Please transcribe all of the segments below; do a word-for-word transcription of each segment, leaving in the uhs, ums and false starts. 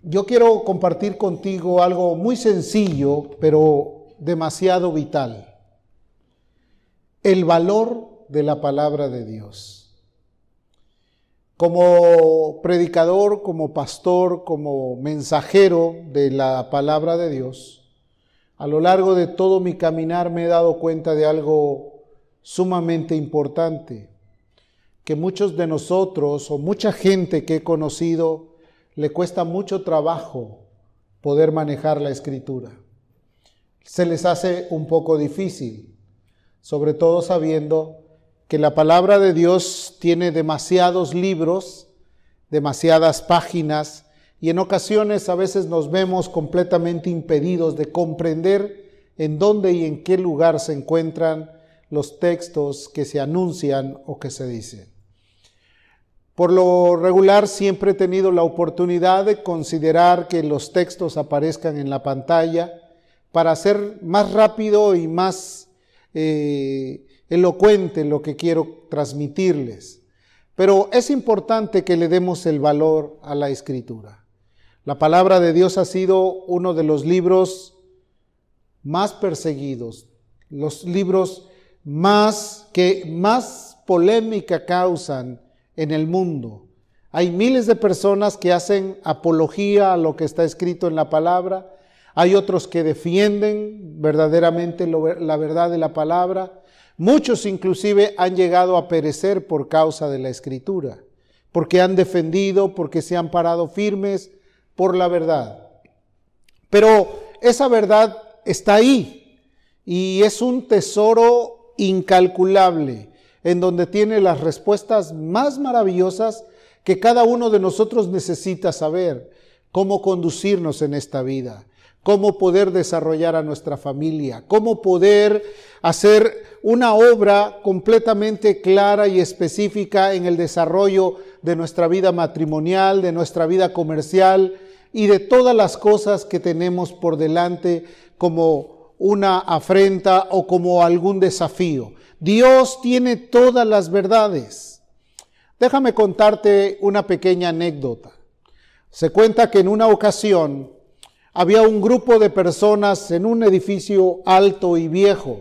Yo quiero compartir contigo algo muy sencillo, pero demasiado vital. El valor de la palabra de Dios. Como predicador, como pastor, como mensajero de la palabra de Dios, a lo largo de todo mi caminar me he dado cuenta de algo sumamente importante, que muchos de nosotros o mucha gente que he conocido le cuesta mucho trabajo poder manejar la escritura. Se les hace un poco difícil, sobre todo sabiendo que la palabra de Dios tiene demasiados libros, demasiadas páginas, y en ocasiones a veces nos vemos completamente impedidos de comprender en dónde y en qué lugar se encuentran los textos que se anuncian o que se dicen. Por lo regular siempre he tenido la oportunidad de considerar que los textos aparezcan en la pantalla para hacer más rápido y más eh, elocuente lo que quiero transmitirles. Pero es importante que le demos el valor a la Escritura. La palabra de Dios ha sido uno de los libros más perseguidos, los libros más que más polémica causan en el mundo. Hay miles de personas que hacen apología a lo que está escrito en la palabra. Hay otros que defienden verdaderamente lo, la verdad de la palabra. Muchos inclusive han llegado a perecer por causa de la escritura, porque han defendido, porque se han parado firmes por la verdad. Pero esa verdad está ahí y es un tesoro incalculable, en donde tiene las respuestas más maravillosas que cada uno de nosotros necesita saber. Cómo conducirnos en esta vida, cómo poder desarrollar a nuestra familia, cómo poder hacer una obra completamente clara y específica en el desarrollo de nuestra vida matrimonial, de nuestra vida comercial y de todas las cosas que tenemos por delante como una afrenta o como algún desafío. Dios tiene todas las verdades. Déjame contarte una pequeña anécdota. Se cuenta que en una ocasión había un grupo de personas en un edificio alto y viejo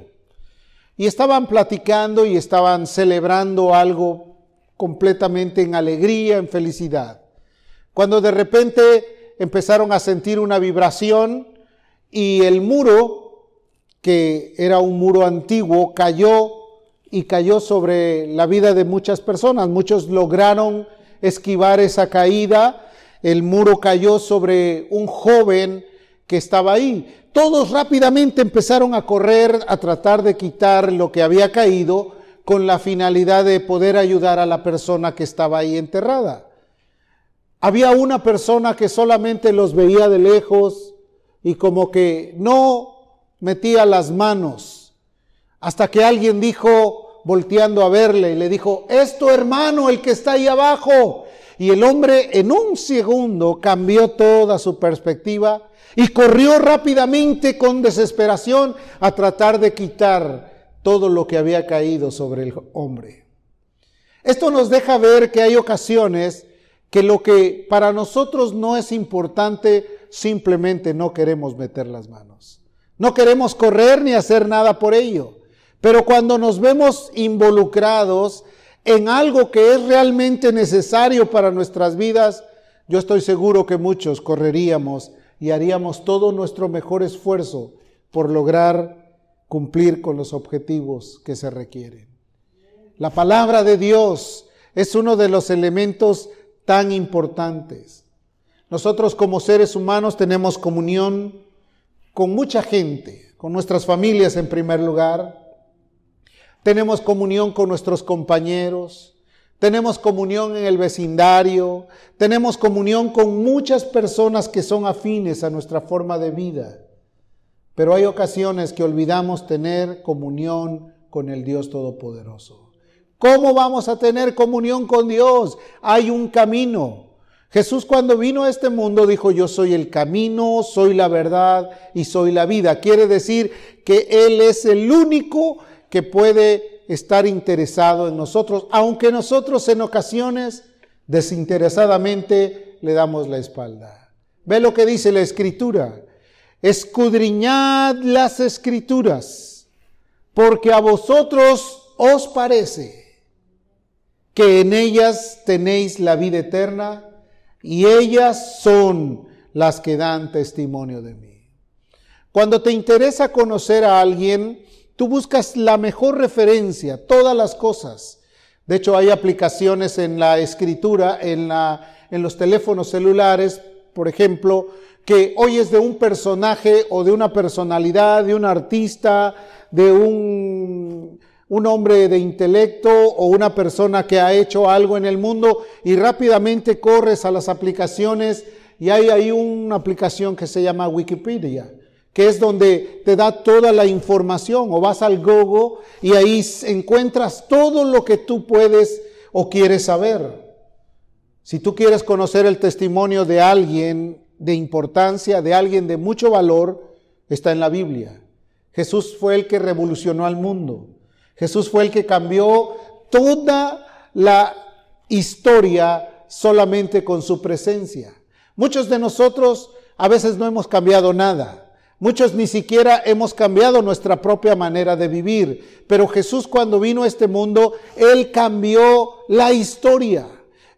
y estaban platicando y estaban celebrando algo completamente en alegría, en felicidad. Cuando de repente empezaron a sentir una vibración y el muro, que era un muro antiguo, cayó y cayó sobre la vida de muchas personas. Muchos lograron esquivar esa caída. El muro cayó sobre un joven que estaba ahí. Todos rápidamente empezaron a correr a tratar de quitar lo que había caído con la finalidad de poder ayudar a la persona que estaba ahí enterrada. Había una persona que solamente los veía de lejos y como que no metía las manos. Hasta que alguien dijo, volteando a verle, y le dijo, es tu hermano el que está ahí abajo. Y el hombre en un segundo cambió toda su perspectiva y corrió rápidamente con desesperación a tratar de quitar todo lo que había caído sobre el hombre. Esto nos deja ver que hay ocasiones que lo que para nosotros no es importante, simplemente no queremos meter las manos. No queremos correr ni hacer nada por ello. Pero cuando nos vemos involucrados en algo que es realmente necesario para nuestras vidas, yo estoy seguro que muchos correríamos y haríamos todo nuestro mejor esfuerzo por lograr cumplir con los objetivos que se requieren. La palabra de Dios es uno de los elementos tan importantes. Nosotros como seres humanos tenemos comunión con mucha gente, con nuestras familias en primer lugar. Tenemos comunión con nuestros compañeros, tenemos comunión en el vecindario, tenemos comunión con muchas personas que son afines a nuestra forma de vida. Pero hay ocasiones que olvidamos tener comunión con el Dios Todopoderoso. ¿Cómo vamos a tener comunión con Dios? Hay un camino. Jesús cuando vino a este mundo dijo, yo soy el camino, soy la verdad y soy la vida. Quiere decir que Él es el único que puede estar interesado en nosotros, aunque nosotros en ocasiones desinteresadamente le damos la espalda. Ve lo que dice la Escritura. Escudriñad las Escrituras, porque a vosotros os parece que en ellas tenéis la vida eterna, y ellas son las que dan testimonio de mí. Cuando te interesa conocer a alguien, tú buscas la mejor referencia, todas las cosas. De hecho, hay aplicaciones en la Escritura, en, la, en los teléfonos celulares, por ejemplo, que oyes de un personaje o de una personalidad, de un artista, de un, un hombre de intelecto o una persona que ha hecho algo en el mundo y rápidamente corres a las aplicaciones y hay ahí una aplicación que se llama Wikipedia, que es donde te da toda la información, o vas al Google y ahí encuentras todo lo que tú puedes o quieres saber. Si tú quieres conocer el testimonio de alguien de importancia, de alguien de mucho valor, está en la Biblia. Jesús fue el que revolucionó al mundo. Jesús fue el que cambió toda la historia solamente con su presencia. Muchos de nosotros a veces no hemos cambiado nada. Muchos ni siquiera hemos cambiado nuestra propia manera de vivir. Pero Jesús, cuando vino a este mundo, Él cambió la historia.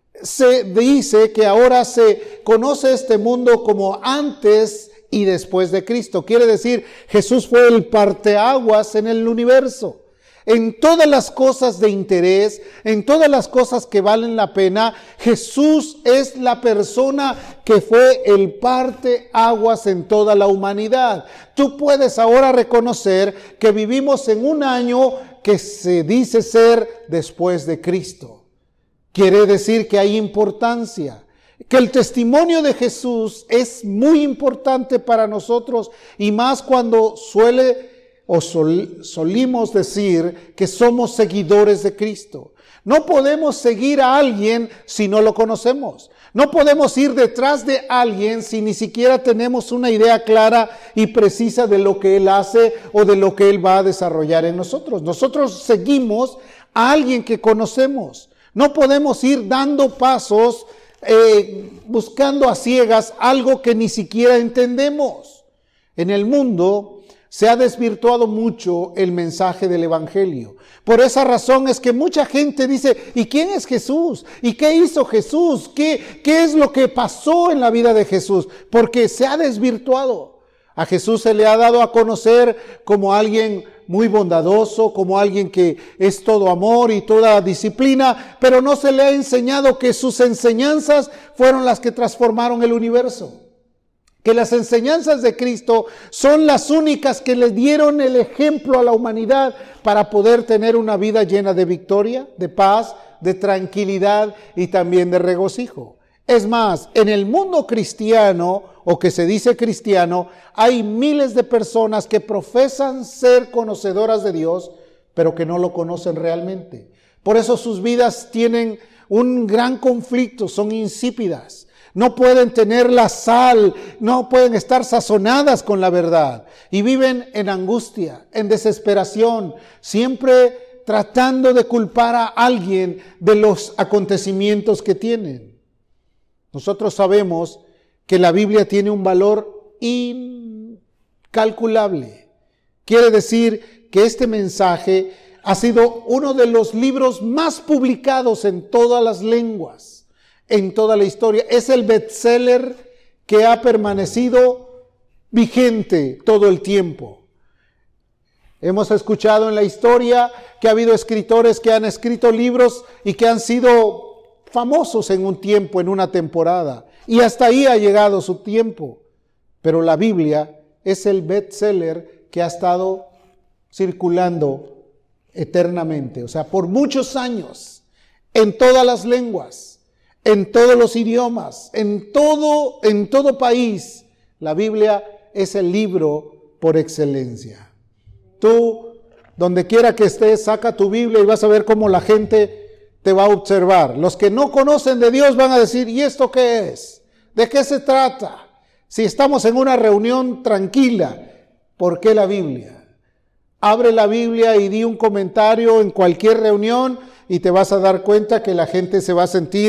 Se dice que ahora se conoce este mundo como antes y después de Cristo. Quiere decir, Jesús fue el parteaguas en el universo. En todas las cosas de interés, en todas las cosas que valen la pena, Jesús es la persona que fue el parteaguas en toda la humanidad. Tú puedes ahora reconocer que vivimos en un año que se dice ser después de Cristo. Quiere decir que hay importancia, que el testimonio de Jesús es muy importante para nosotros y más cuando suele o sol, solimos decir que somos seguidores de Cristo. No podemos seguir a alguien si no lo conocemos. No podemos ir detrás de alguien si ni siquiera tenemos una idea clara y precisa de lo que Él hace o de lo que Él va a desarrollar en nosotros. Nosotros seguimos a alguien que conocemos. No podemos ir dando pasos eh, buscando a ciegas algo que ni siquiera entendemos. En el mundo se ha desvirtuado mucho el mensaje del Evangelio. Por esa razón es que mucha gente dice, ¿y quién es Jesús? ¿Y qué hizo Jesús? ¿Qué, qué es lo que pasó en la vida de Jesús? Porque se ha desvirtuado. A Jesús se le ha dado a conocer como alguien muy bondadoso, como alguien que es todo amor y toda disciplina, pero no se le ha enseñado que sus enseñanzas fueron las que transformaron el universo. Que las enseñanzas de Cristo son las únicas que le dieron el ejemplo a la humanidad para poder tener una vida llena de victoria, de paz, de tranquilidad y también de regocijo. Es más, en el mundo cristiano, o que se dice cristiano, hay miles de personas que profesan ser conocedoras de Dios, pero que no lo conocen realmente. Por eso sus vidas tienen un gran conflicto, son insípidas. No pueden tener la sal, no pueden estar sazonadas con la verdad. Y viven en angustia, en desesperación, siempre tratando de culpar a alguien de los acontecimientos que tienen. Nosotros sabemos que la Biblia tiene un valor incalculable. Quiere decir que este mensaje ha sido uno de los libros más publicados en todas las lenguas, en toda la historia. Es el bestseller que ha permanecido vigente todo el tiempo. Hemos escuchado en la historia que ha habido escritores que han escrito libros y que han sido famosos en un tiempo, en una temporada. Y hasta ahí ha llegado su tiempo. Pero la Biblia es el bestseller que ha estado circulando eternamente. O sea, por muchos años, en todas las lenguas, en todos los idiomas, en todo, en todo país, la Biblia es el libro por excelencia. Tú, donde quiera que estés, saca tu Biblia y vas a ver cómo la gente te va a observar. Los que no conocen de Dios van a decir, ¿y esto qué es? ¿De qué se trata? Si estamos en una reunión tranquila, ¿por qué la Biblia? Abre la Biblia y di un comentario en cualquier reunión y te vas a dar cuenta que la gente se va a sentir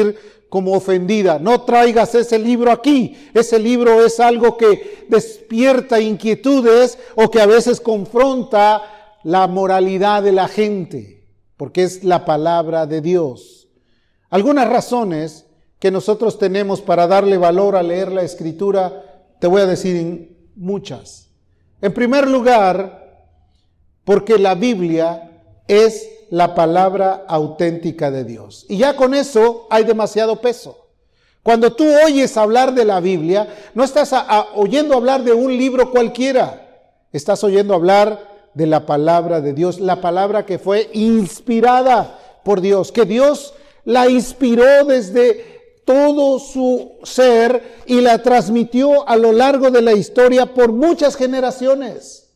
como ofendida. No traigas ese libro aquí. Ese libro es algo que despierta inquietudes o que a veces confronta la moralidad de la gente, porque es la palabra de Dios. Algunas razones que nosotros tenemos para darle valor a leer la Escritura, te voy a decir muchas. En primer lugar, porque la Biblia es la palabra auténtica de Dios. Y ya con eso hay demasiado peso. Cuando tú oyes hablar de la Biblia, no estás a, a, oyendo hablar de un libro cualquiera. Estás oyendo hablar de la palabra de Dios, la palabra que fue inspirada por Dios, que Dios la inspiró desde todo su ser y la transmitió a lo largo de la historia por muchas generaciones.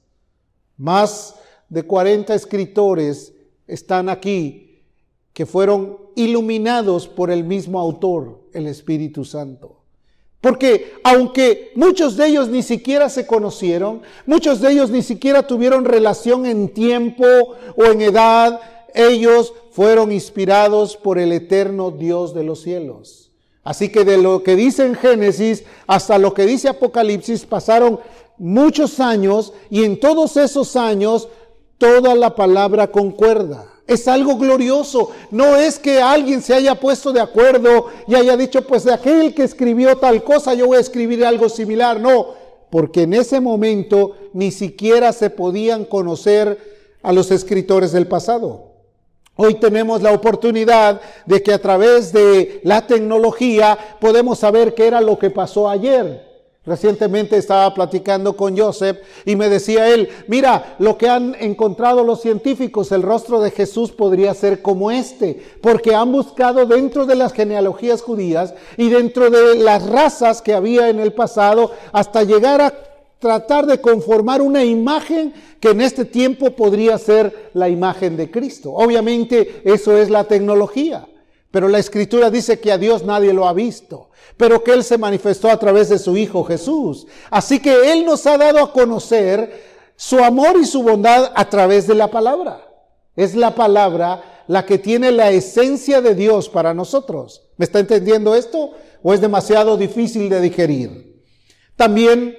Más de cuarenta escritores están aquí que fueron iluminados por el mismo autor, el Espíritu Santo. Porque aunque muchos de ellos ni siquiera se conocieron, muchos de ellos ni siquiera tuvieron relación en tiempo o en edad, ellos fueron inspirados por el eterno Dios de los cielos. Así que de lo que dice en Génesis hasta lo que dice Apocalipsis pasaron muchos años, y en todos esos años toda la palabra concuerda. Es algo glorioso. No es que alguien se haya puesto de acuerdo y haya dicho, pues de aquel que escribió tal cosa yo voy a escribir algo similar. No, porque en ese momento ni siquiera se podían conocer a los escritores del pasado. Hoy tenemos la oportunidad de que a través de la tecnología podemos saber qué era lo que pasó ayer. Recientemente estaba platicando con Joseph y me decía él, mira, lo que han encontrado los científicos, el rostro de Jesús podría ser como este, porque han buscado dentro de las genealogías judías y dentro de las razas que había en el pasado, hasta llegar a tratar de conformar una imagen que en este tiempo podría ser la imagen de Cristo. Obviamente eso es la tecnología, pero la Escritura dice que a Dios nadie lo ha visto, pero que Él se manifestó a través de su Hijo Jesús. Así que Él nos ha dado a conocer su amor y su bondad a través de la palabra. Es la palabra la que tiene la esencia de Dios para nosotros. ¿Me está entendiendo esto? ¿O es demasiado difícil de digerir? También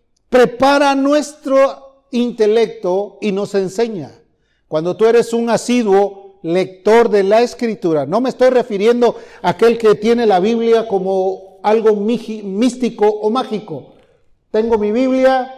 prepara nuestro intelecto y nos enseña. Cuando tú eres un asiduo lector de la Escritura, no me estoy refiriendo a aquel que tiene la Biblia como algo místico o mágico. Tengo mi Biblia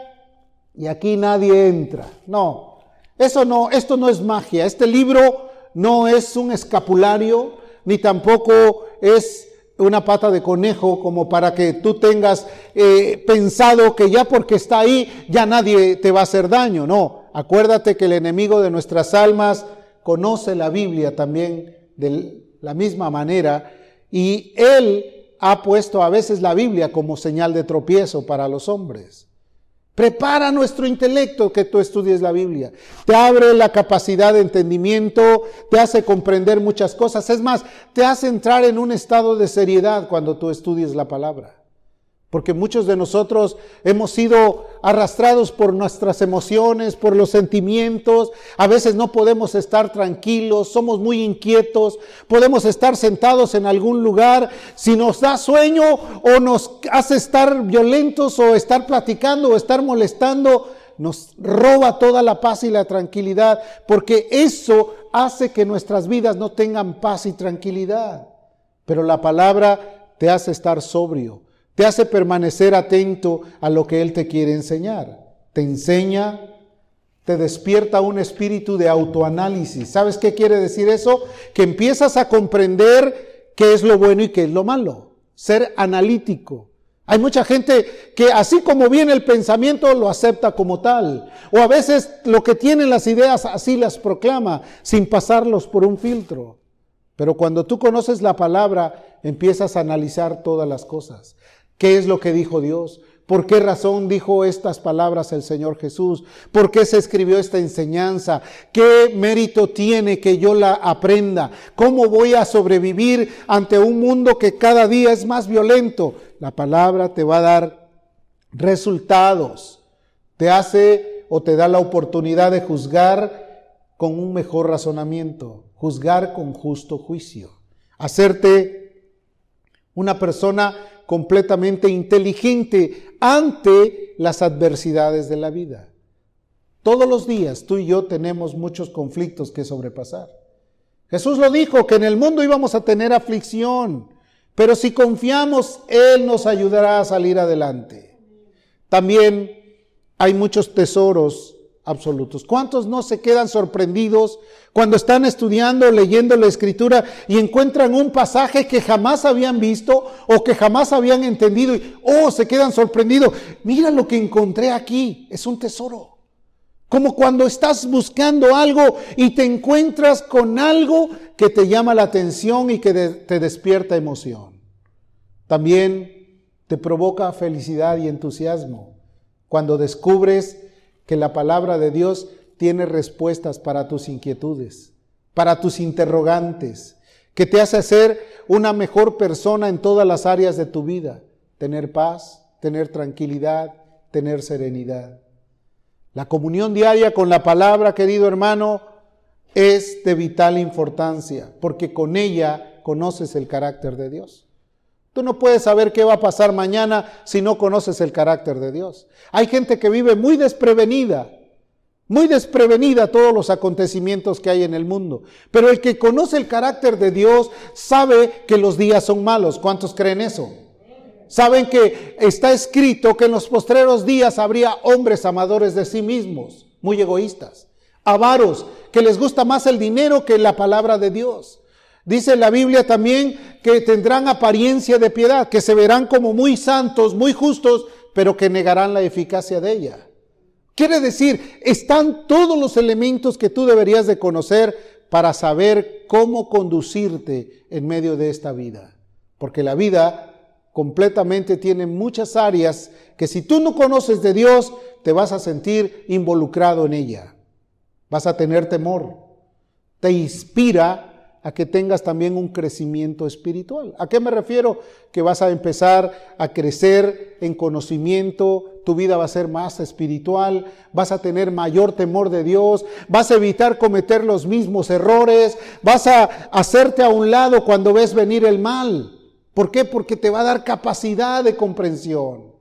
y aquí nadie entra. No, eso no, esto no es magia. Este libro no es un escapulario, ni tampoco es una pata de conejo como para que tú tengas eh, pensado que ya porque está ahí ya nadie te va a hacer daño. No, acuérdate que el enemigo de nuestras almas conoce la Biblia también de la misma manera, y él ha puesto a veces la Biblia como señal de tropiezo para los hombres. Prepara nuestro intelecto que tú estudies la Biblia. Te abre la capacidad de entendimiento, te hace comprender muchas cosas. Es más, te hace entrar en un estado de seriedad cuando tú estudies la palabra. Porque muchos de nosotros hemos sido arrastrados por nuestras emociones, por los sentimientos. A veces no podemos estar tranquilos, somos muy inquietos. Podemos estar sentados en algún lugar. Si nos da sueño o nos hace estar violentos o estar platicando o estar molestando, nos roba toda la paz y la tranquilidad. Porque eso hace que nuestras vidas no tengan paz y tranquilidad. Pero la palabra te hace estar sobrio. Te hace permanecer atento a lo que Él te quiere enseñar. Te enseña, te despierta un espíritu de autoanálisis. ¿Sabes qué quiere decir eso? Que empiezas a comprender qué es lo bueno y qué es lo malo. Ser analítico. Hay mucha gente que así como viene el pensamiento lo acepta como tal. O a veces lo que tienen las ideas así las proclama sin pasarlos por un filtro. Pero cuando tú conoces la palabra, empiezas a analizar todas las cosas. ¿Qué es lo que dijo Dios? ¿Por qué razón dijo estas palabras el Señor Jesús? ¿Por qué se escribió esta enseñanza? ¿Qué mérito tiene que yo la aprenda? ¿Cómo voy a sobrevivir ante un mundo que cada día es más violento? La palabra te va a dar resultados. Te hace o te da la oportunidad de juzgar con un mejor razonamiento. Juzgar con justo juicio. Hacerte una persona completamente inteligente ante las adversidades de la vida. Todos los días tú y yo tenemos muchos conflictos que sobrepasar. Jesús lo dijo, que en el mundo íbamos a tener aflicción, pero si confiamos, Él nos ayudará a salir adelante. También hay muchos tesoros absolutos. ¿Cuántos no se quedan sorprendidos cuando están estudiando, leyendo la Escritura y encuentran un pasaje que jamás habían visto o que jamás habían entendido y oh, se quedan sorprendidos? Mira lo que encontré aquí, es un tesoro. Como cuando estás buscando algo y te encuentras con algo que te llama la atención y que de, te despierta emoción. También te provoca felicidad y entusiasmo cuando descubres que la palabra de Dios tiene respuestas para tus inquietudes, para tus interrogantes, que te hace ser una mejor persona en todas las áreas de tu vida. Tener paz, tener tranquilidad, tener serenidad. La comunión diaria con la palabra, querido hermano, es de vital importancia, porque con ella conoces el carácter de Dios. Tú no puedes saber qué va a pasar mañana si no conoces el carácter de Dios. Hay gente que vive muy desprevenida, muy desprevenida a todos los acontecimientos que hay en el mundo. Pero el que conoce el carácter de Dios sabe que los días son malos. ¿Cuántos creen eso? Saben que está escrito que en los postreros días habría hombres amadores de sí mismos, muy egoístas, avaros, que les gusta más el dinero que la palabra de Dios. Dice la Biblia también que tendrán apariencia de piedad, que se verán como muy santos, muy justos, pero que negarán la eficacia de ella. Quiere decir, están todos los elementos que tú deberías de conocer para saber cómo conducirte en medio de esta vida. Porque la vida completamente tiene muchas áreas que si tú no conoces de Dios, te vas a sentir involucrado en ella. Vas a tener temor. Te inspira a que tengas también un crecimiento espiritual. ¿A qué me refiero? Que vas a empezar a crecer en conocimiento, tu vida va a ser más espiritual, vas a tener mayor temor de Dios, vas a evitar cometer los mismos errores, vas a hacerte a un lado cuando ves venir el mal. ¿Por qué? Porque te va a dar capacidad de comprensión.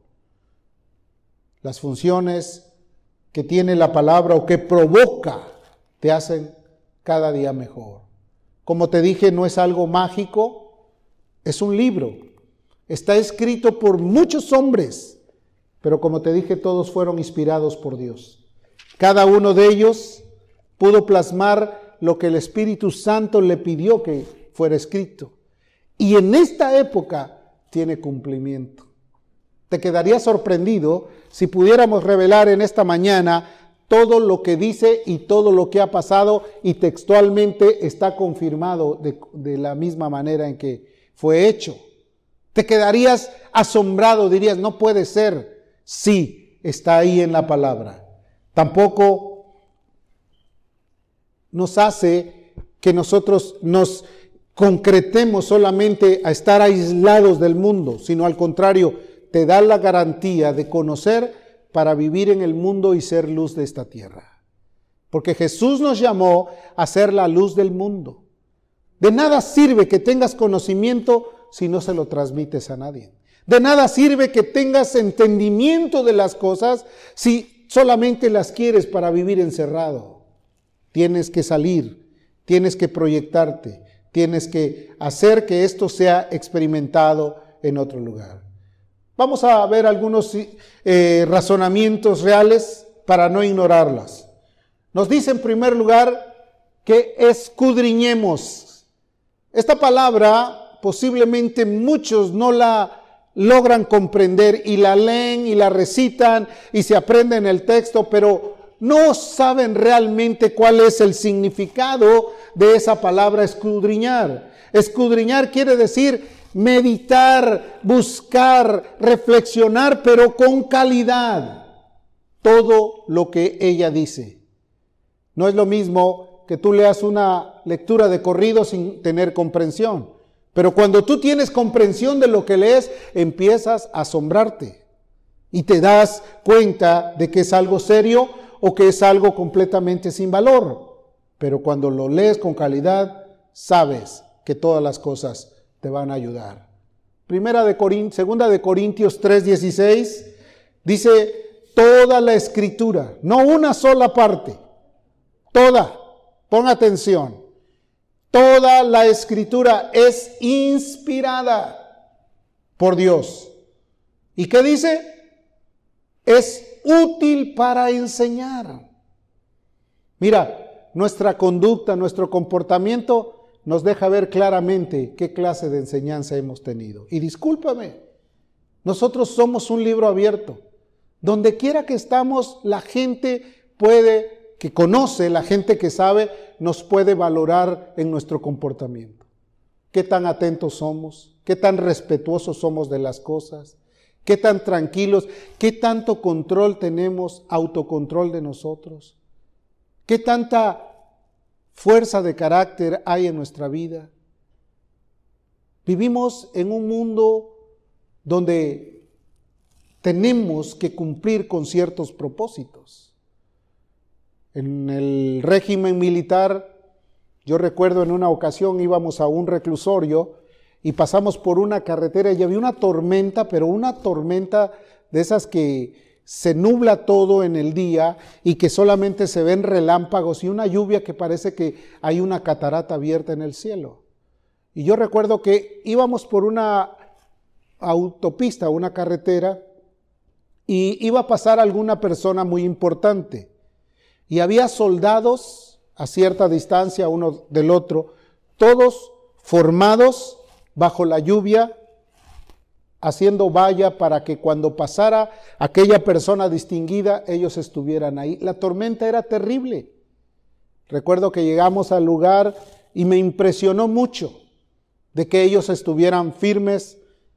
Las funciones que tiene la palabra o que provoca te hacen cada día mejor. Como te dije, no es algo mágico, es un libro. Está escrito por muchos hombres, pero como te dije, todos fueron inspirados por Dios. Cada uno de ellos pudo plasmar lo que el Espíritu Santo le pidió que fuera escrito. Y en esta época tiene cumplimiento. Te quedaría sorprendido si pudiéramos revelar en esta mañana todo lo que dice y todo lo que ha pasado y textualmente está confirmado de, de la misma manera en que fue hecho. Te quedarías asombrado, dirías, no puede ser. Sí, está ahí en la palabra. Tampoco nos hace que nosotros nos concretemos solamente a estar aislados del mundo, sino al contrario, te da la garantía de conocer para vivir en el mundo y ser luz de esta tierra. Porque Jesús nos llamó a ser la luz del mundo. De nada sirve que tengas conocimiento si no se lo transmites a nadie. De nada sirve que tengas entendimiento de las cosas si solamente las quieres para vivir encerrado. Tienes que salir, tienes que proyectarte, tienes que hacer que esto sea experimentado en otro lugar. Vamos a ver algunos eh, razonamientos reales para no ignorarlas. Nos dice en primer lugar que escudriñemos. Esta palabra posiblemente muchos no la logran comprender y la leen y la recitan y se aprenden el texto, pero no saben realmente cuál es el significado de esa palabra escudriñar. Escudriñar quiere decir meditar, buscar, reflexionar, pero con calidad, todo lo que ella dice. No es lo mismo que tú leas una lectura de corrido sin tener comprensión. Pero cuando tú tienes comprensión de lo que lees, empiezas a asombrarte y te das cuenta de que es algo serio o que es algo completamente sin valor. Pero cuando lo lees con calidad, sabes que todas las cosas te van a ayudar. Primera de Corintios, segunda de Corintios tres dieciséis, dice toda la escritura, no una sola parte, toda, pon atención, toda la escritura es inspirada por Dios. ¿Y qué dice? Es útil para enseñar. Mira, nuestra conducta, nuestro comportamiento nos deja ver claramente qué clase de enseñanza hemos tenido. Y discúlpame, nosotros somos un libro abierto. Donde quiera que estamos, la gente puede, que conoce, la gente que sabe, nos puede valorar en nuestro comportamiento. Qué tan atentos somos, qué tan respetuosos somos de las cosas, qué tan tranquilos, qué tanto control tenemos, autocontrol de nosotros, qué tanta fuerza de carácter hay en nuestra vida. Vivimos en un mundo donde tenemos que cumplir con ciertos propósitos. En el régimen militar, yo recuerdo en una ocasión íbamos a un reclusorio y pasamos por una carretera y había una tormenta, pero una tormenta de esas que se nubla todo en el día y que solamente se ven relámpagos y una lluvia que parece que hay una catarata abierta en el cielo. Y yo recuerdo que íbamos por una autopista, una carretera, y iba a pasar alguna persona muy importante. Y había soldados a cierta distancia uno del otro, todos formados bajo la lluvia, haciendo valla para que cuando pasara aquella persona distinguida, ellos estuvieran ahí. La tormenta era terrible. Recuerdo que llegamos al lugar y me impresionó mucho de que ellos estuvieran firmes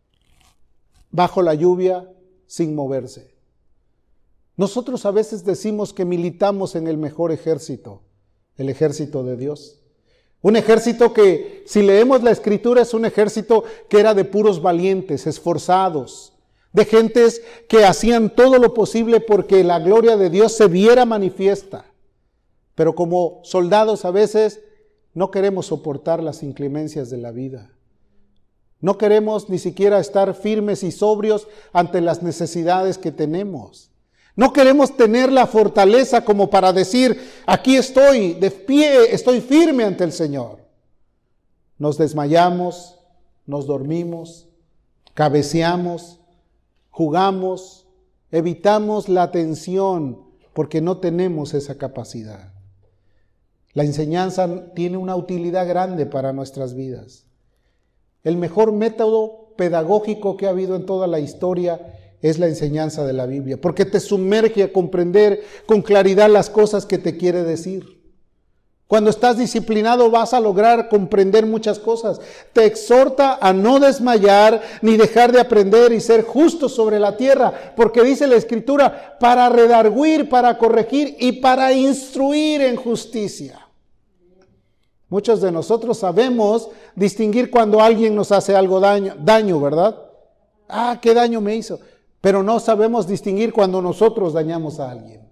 bajo la lluvia sin moverse. Nosotros a veces decimos que militamos en el mejor ejército, el ejército de Dios. Un ejército que, si leemos la Escritura, es un ejército que era de puros valientes, esforzados, de gentes que hacían todo lo posible porque la gloria de Dios se viera manifiesta. Pero como soldados a veces no queremos soportar las inclemencias de la vida. No queremos ni siquiera estar firmes y sobrios ante las necesidades que tenemos. No queremos tener la fortaleza como para decir, aquí estoy de pie, estoy firme ante el Señor. Nos desmayamos, nos dormimos, cabeceamos, jugamos, evitamos la atención porque no tenemos esa capacidad. La enseñanza tiene una utilidad grande para nuestras vidas. El mejor método pedagógico que ha habido en toda la historia es la enseñanza de la Biblia, porque te sumerge a comprender con claridad las cosas que te quiere decir. Cuando estás disciplinado vas a lograr comprender muchas cosas. Te exhorta a no desmayar ni dejar de aprender y ser justo sobre la tierra, porque dice la Escritura, para redarguir, para corregir y para instruir en justicia. Muchos de nosotros sabemos distinguir cuando alguien nos hace algo daño, daño, ¿verdad? Ah, ¿qué daño me hizo? Pero no sabemos distinguir cuando nosotros dañamos a alguien.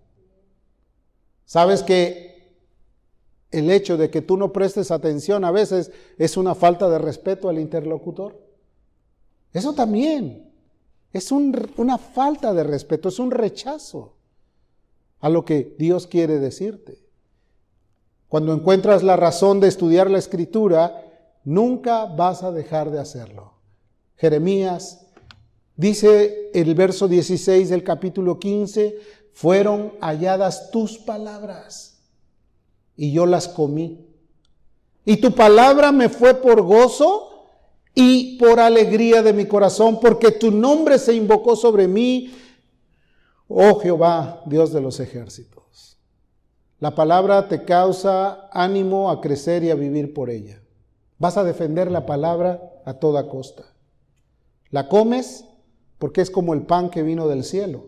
¿Sabes que el hecho de que tú no prestes atención a veces es una falta de respeto al interlocutor? Eso también es un, una falta de respeto, es un rechazo a lo que Dios quiere decirte. Cuando encuentras la razón de estudiar la Escritura, nunca vas a dejar de hacerlo. Jeremías dice el verso dieciséis del capítulo quince, fueron halladas tus palabras y yo las comí. Y tu palabra me fue por gozo y por alegría de mi corazón, porque tu nombre se invocó sobre mí, oh Jehová, Dios de los ejércitos. La palabra te causa ánimo a crecer y a vivir por ella. Vas a defender la palabra a toda costa. La comes porque es como el pan que vino del cielo.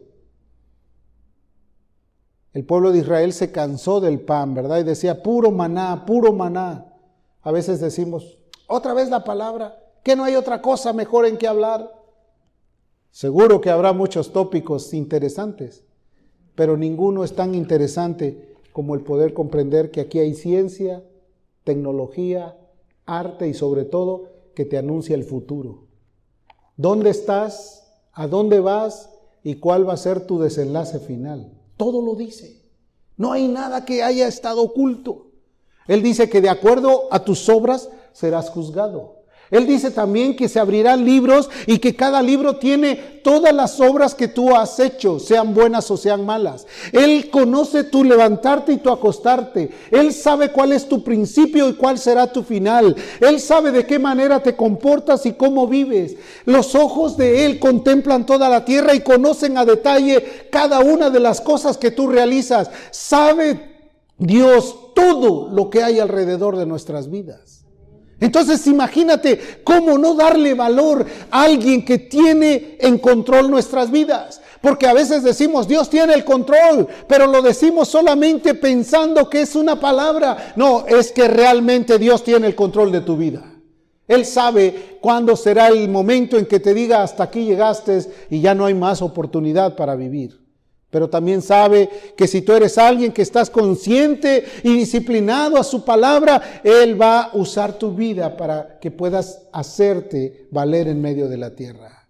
El pueblo de Israel se cansó del pan, ¿verdad? Y decía, puro maná, puro maná. A veces decimos, otra vez la palabra, que no hay otra cosa mejor en que hablar. Seguro que habrá muchos tópicos interesantes, pero ninguno es tan interesante como el poder comprender que aquí hay ciencia, tecnología, arte y sobre todo que te anuncia el futuro. dónde estás, a dónde vas y cuál va a ser tu desenlace final. Todo lo dice. No hay nada que haya estado oculto. Él dice que de acuerdo a tus obras serás juzgado. Él dice también que se abrirán libros y que cada libro tiene todas las obras que tú has hecho, sean buenas o sean malas. Él conoce tu levantarte y tu acostarte. Él sabe cuál es tu principio y cuál será tu final. Él sabe de qué manera te comportas y cómo vives. Los ojos de Él contemplan toda la tierra y conocen a detalle cada una de las cosas que tú realizas. Sabe Dios todo lo que hay alrededor de nuestras vidas. Entonces imagínate cómo no darle valor a alguien que tiene en control nuestras vidas. Porque a veces decimos Dios tiene el control, pero lo decimos solamente pensando que es una palabra. No, es que realmente Dios tiene el control de tu vida. Él sabe cuándo será el momento en que te diga hasta aquí llegaste y ya no hay más oportunidad para vivir. Pero también sabe que si tú eres alguien que estás consciente y disciplinado a su palabra, Él va a usar tu vida para que puedas hacerte valer en medio de la tierra.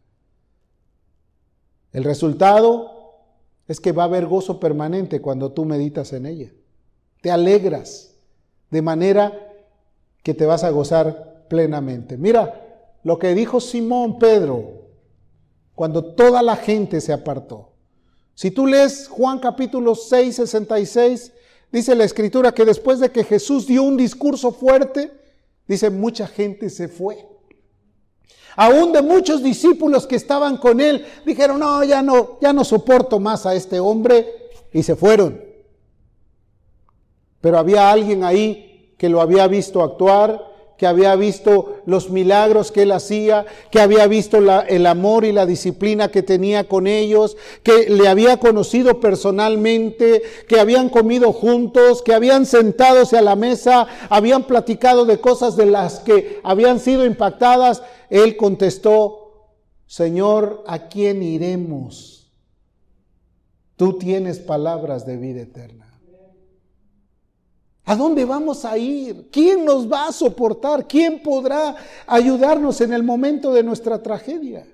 El resultado es que va a haber gozo permanente cuando tú meditas en ella. Te alegras de manera que te vas a gozar plenamente. Mira lo que dijo Simón Pedro cuando toda la gente se apartó. Si tú lees Juan capítulo seis, sesenta y seis, dice la Escritura que después de que Jesús dio un discurso fuerte, dice mucha gente se fue. Aún de muchos discípulos que estaban con él, dijeron, no, ya no, ya no soporto más a este hombre, y se fueron. Pero había alguien ahí que lo había visto actuar, que había visto los milagros que él hacía, que había visto la, el amor y la disciplina que tenía con ellos, que le había conocido personalmente, que habían comido juntos, que habían sentados a la mesa, habían platicado de cosas de las que habían sido impactadas. Él contestó, Señor, ¿a quién iremos? Tú tienes palabras de vida eterna. ¿A dónde vamos a ir? ¿Quién nos va a soportar? ¿Quién podrá ayudarnos en el momento de nuestra tragedia?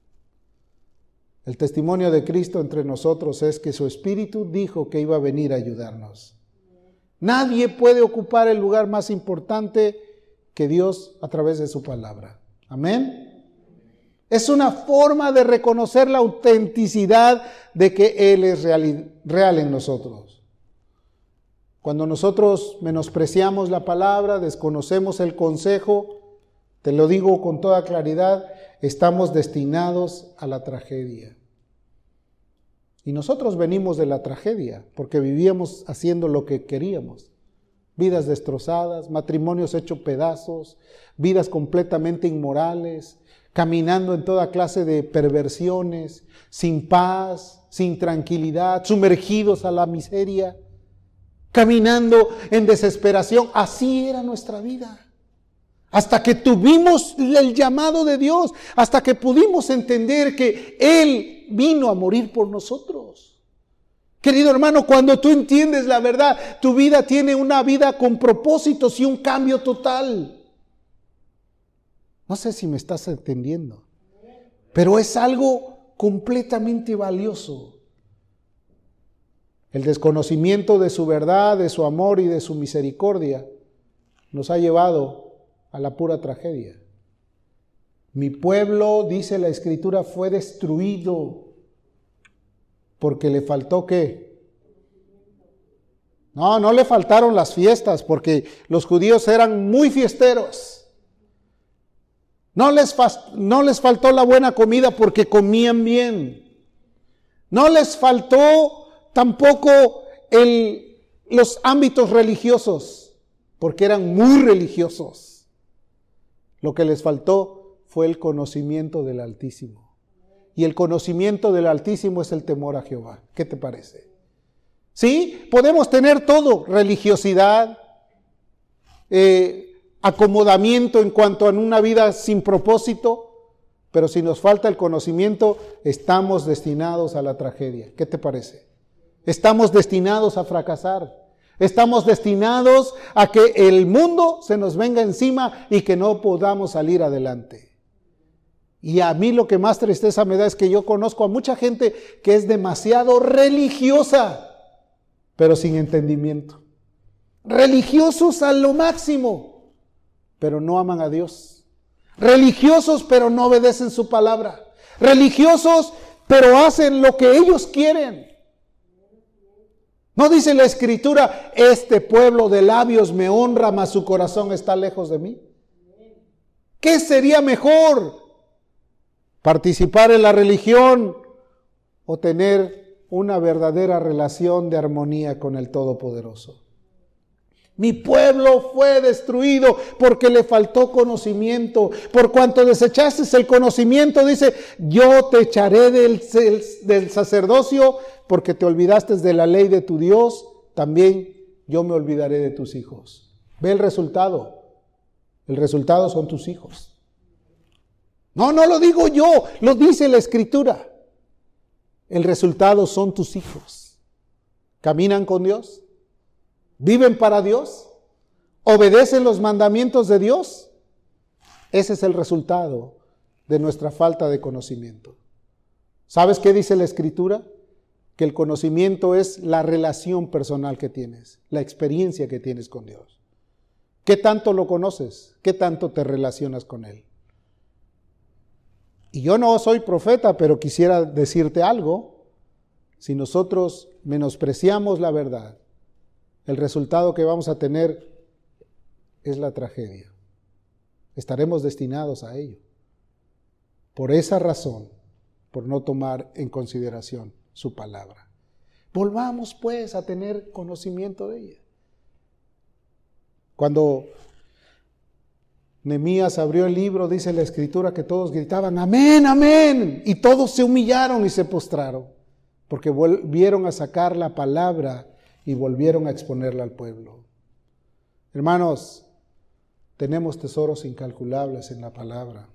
El testimonio de Cristo entre nosotros es que su Espíritu dijo que iba a venir a ayudarnos. Nadie puede ocupar el lugar más importante que Dios a través de su palabra. Amén. Es una forma de reconocer la autenticidad de que Él es real, real en nosotros. Cuando nosotros menospreciamos la palabra, desconocemos el consejo, te lo digo con toda claridad, estamos destinados a la tragedia. Y nosotros venimos de la tragedia, porque vivíamos haciendo lo que queríamos. Vidas destrozadas, matrimonios hechos pedazos, vidas completamente inmorales, caminando en toda clase de perversiones, sin paz, sin tranquilidad, sumergidos a la miseria, caminando en desesperación. Así era nuestra vida. Hasta que tuvimos el llamado de Dios, hasta que pudimos entender que Él vino a morir por nosotros. Querido hermano, cuando tú entiendes la verdad, tu vida tiene una vida con propósitos y un cambio total. No sé si me estás entendiendo, pero es algo completamente valioso. El desconocimiento de su verdad, de su amor y de su misericordia nos ha llevado a la pura tragedia. Mi pueblo, dice la Escritura, fue destruido porque le faltó ¿qué? No, no le faltaron las fiestas, porque los judíos eran muy fiesteros. No les, no les faltó la buena comida porque comían bien. No les faltó tampoco el, los ámbitos religiosos, porque eran muy religiosos. Lo que les faltó fue el conocimiento del Altísimo. Y el conocimiento del Altísimo es el temor a Jehová. ¿Qué te parece? Sí, podemos tener todo, religiosidad, eh, acomodamiento en cuanto a una vida sin propósito, pero si nos falta el conocimiento, estamos destinados a la tragedia. ¿Qué te parece? Estamos destinados a fracasar. Estamos destinados a que el mundo se nos venga encima y que no podamos salir adelante. Y a mí lo que más tristeza me da es que yo conozco a mucha gente que es demasiado religiosa, pero sin entendimiento. Religiosos a lo máximo, pero no aman a Dios. Religiosos, pero no obedecen su palabra. Religiosos, pero hacen lo que ellos quieren. ¿No dice la Escritura, este pueblo de labios me honra, mas su corazón está lejos de mí? ¿Qué sería mejor? ¿Participar en la religión o tener una verdadera relación de armonía con el Todopoderoso? Mi pueblo fue destruido porque le faltó conocimiento. Por cuanto desechaste el conocimiento, dice, yo te echaré del, del sacerdocio porque te olvidaste de la ley de tu Dios, también yo me olvidaré de tus hijos. Ve el resultado. El resultado son tus hijos. No, no lo digo yo, lo dice la Escritura. El resultado son tus hijos. ¿Caminan con Dios? ¿Viven para Dios? ¿Obedecen los mandamientos de Dios? Ese es el resultado de nuestra falta de conocimiento. ¿Sabes qué dice la Escritura? Que el conocimiento es la relación personal que tienes, la experiencia que tienes con Dios. ¿Qué tanto lo conoces? ¿Qué tanto te relacionas con Él? Y yo no soy profeta, pero quisiera decirte algo. Si nosotros menospreciamos la verdad, el resultado que vamos a tener es la tragedia. Estaremos destinados a ello. Por esa razón, por no tomar en consideración su palabra. Volvamos pues a tener conocimiento de ella. Cuando Nehemías abrió el libro, dice la Escritura que todos gritaban, amén, amén, y todos se humillaron y se postraron, porque volvieron a sacar la palabra y volvieron a exponerla al pueblo. Hermanos, tenemos tesoros incalculables en la palabra.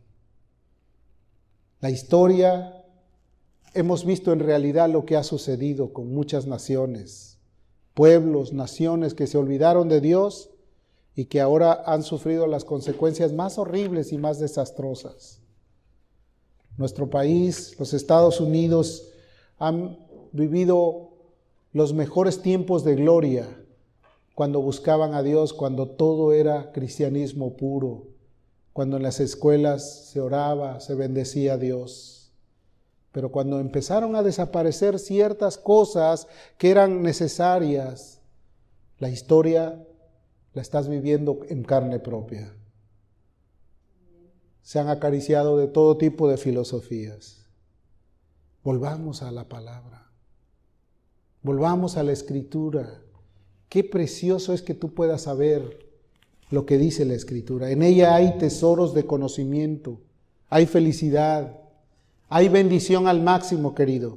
La historia, hemos visto en realidad lo que ha sucedido con muchas naciones, pueblos, naciones que se olvidaron de Dios y que ahora han sufrido las consecuencias más horribles y más desastrosas. Nuestro país, los Estados Unidos, han vivido los mejores tiempos de gloria cuando buscaban a Dios, cuando todo era cristianismo puro, cuando en las escuelas se oraba, se bendecía a Dios. Pero cuando empezaron a desaparecer ciertas cosas que eran necesarias, la historia la estás viviendo en carne propia. Se han acariciado de todo tipo de filosofías. Volvamos a la palabra. Volvamos a la Escritura. Qué precioso es que tú puedas saber lo que dice la Escritura. En ella hay tesoros de conocimiento, hay felicidad, hay bendición al máximo, querido.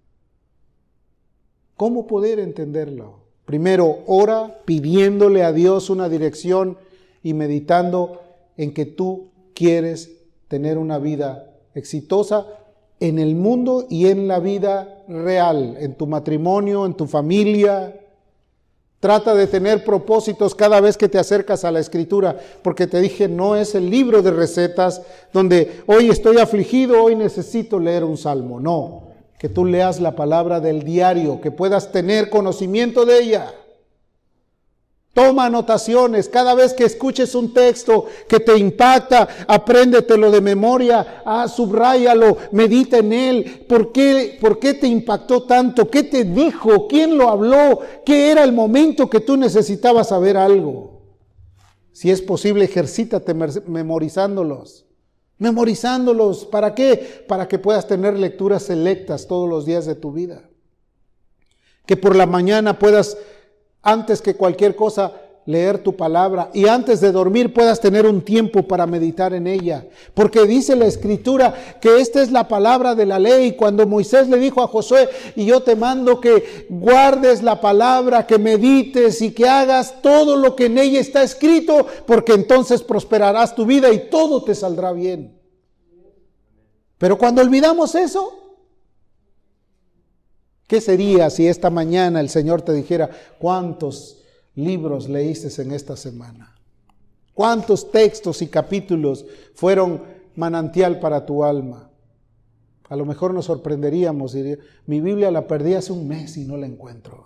¿Cómo poder entenderlo? Primero, ora pidiéndole a Dios una dirección y meditando en que tú quieres tener una vida exitosa en el mundo y en la vida real, en tu matrimonio, en tu familia. Trata de tener propósitos cada vez que te acercas a la Escritura, porque te dije, no es el libro de recetas donde hoy estoy afligido, hoy necesito leer un salmo. No. Que tú leas la palabra del diario, que puedas tener conocimiento de ella. Toma anotaciones, cada vez que escuches un texto que te impacta, apréndetelo de memoria, ah, subráyalo, medita en él. ¿Por qué, ¿Por qué te impactó tanto? ¿Qué te dijo? ¿Quién lo habló? ¿Qué era el momento que tú necesitabas saber algo? Si es posible, ejercítate memorizándolos. Memorizándolos, ¿para qué? Para que puedas tener lecturas selectas todos los días de tu vida. Que por la mañana puedas, antes que cualquier cosa, leer tu palabra y antes de dormir puedas tener un tiempo para meditar en ella. Porque dice la Escritura que esta es la palabra de la ley. Cuando Moisés le dijo a Josué, y yo te mando que guardes la palabra, que medites y que hagas todo lo que en ella está escrito, porque entonces prosperarás tu vida y todo te saldrá bien. Pero cuando olvidamos eso, ¿qué sería si esta mañana el Señor te dijera, ¿cuántos libros leíste en esta semana? ¿Cuántos textos y capítulos fueron manantial para tu alma. A lo mejor nos sorprenderíamos, diría, mi Biblia la perdí hace un mes y no la encuentro.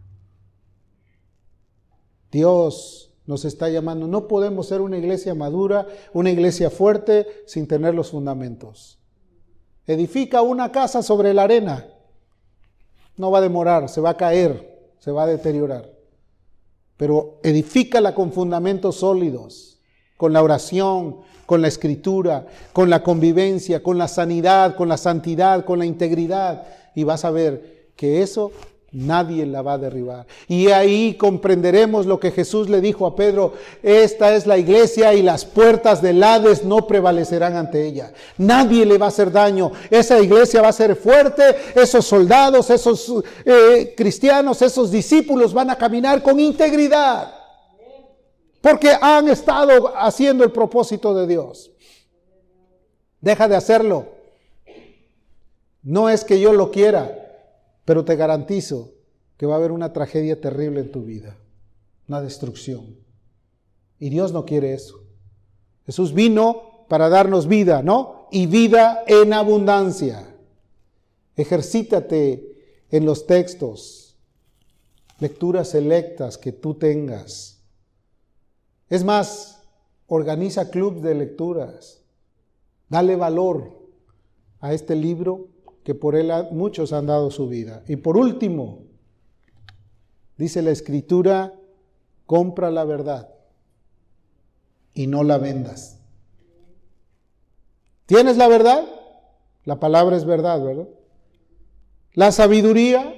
Dios nos está llamando. No podemos ser una iglesia madura, una iglesia fuerte, sin tener los fundamentos. Edifica una casa sobre la arena. No va a demorar, se va a caer, se va a deteriorar. Pero edifícala con fundamentos sólidos, con la oración, con la escritura, con la convivencia, con la sanidad, con la santidad, con la integridad. Y vas a ver que eso nadie la va a derribar. Y ahí comprenderemos lo que Jesús le dijo a Pedro: esta es la iglesia y las puertas del Hades no prevalecerán ante ella. Nadie le va a hacer daño. Esa iglesia va a ser fuerte. Esos soldados, esos eh, cristianos, esos discípulos van a caminar con integridad, porque han estado haciendo el propósito de Dios. Deja de hacerlo. No es que yo lo quiera, pero te garantizo que va a haber una tragedia terrible en tu vida, una destrucción. Y Dios no quiere eso. Jesús vino para darnos vida, ¿no? Y vida en abundancia. Ejercítate en los textos, lecturas selectas que tú tengas. Es más, organiza clubes de lecturas. Dale valor a este libro que por él muchos han dado su vida. Y por último, dice la Escritura: compra la verdad y no la vendas. ¿Tienes la verdad? La palabra es verdad, ¿verdad? La sabiduría,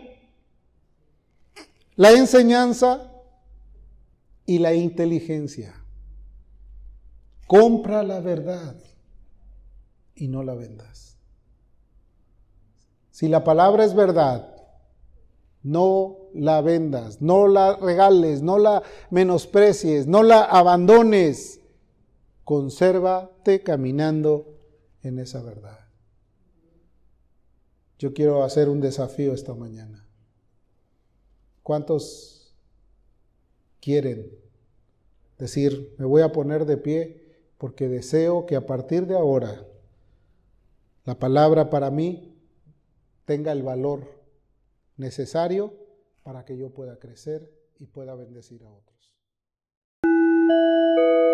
la enseñanza y la inteligencia. Compra la verdad y no la vendas. Si la palabra es verdad, no la vendas, no la regales, no la menosprecies, no la abandones. Consérvate caminando en esa verdad. Yo quiero hacer un desafío esta mañana. ¿Cuántos quieren decir: me voy a poner de pie porque deseo que a partir de ahora la palabra para mí tenga el valor necesario para que yo pueda crecer y pueda bendecir a otros?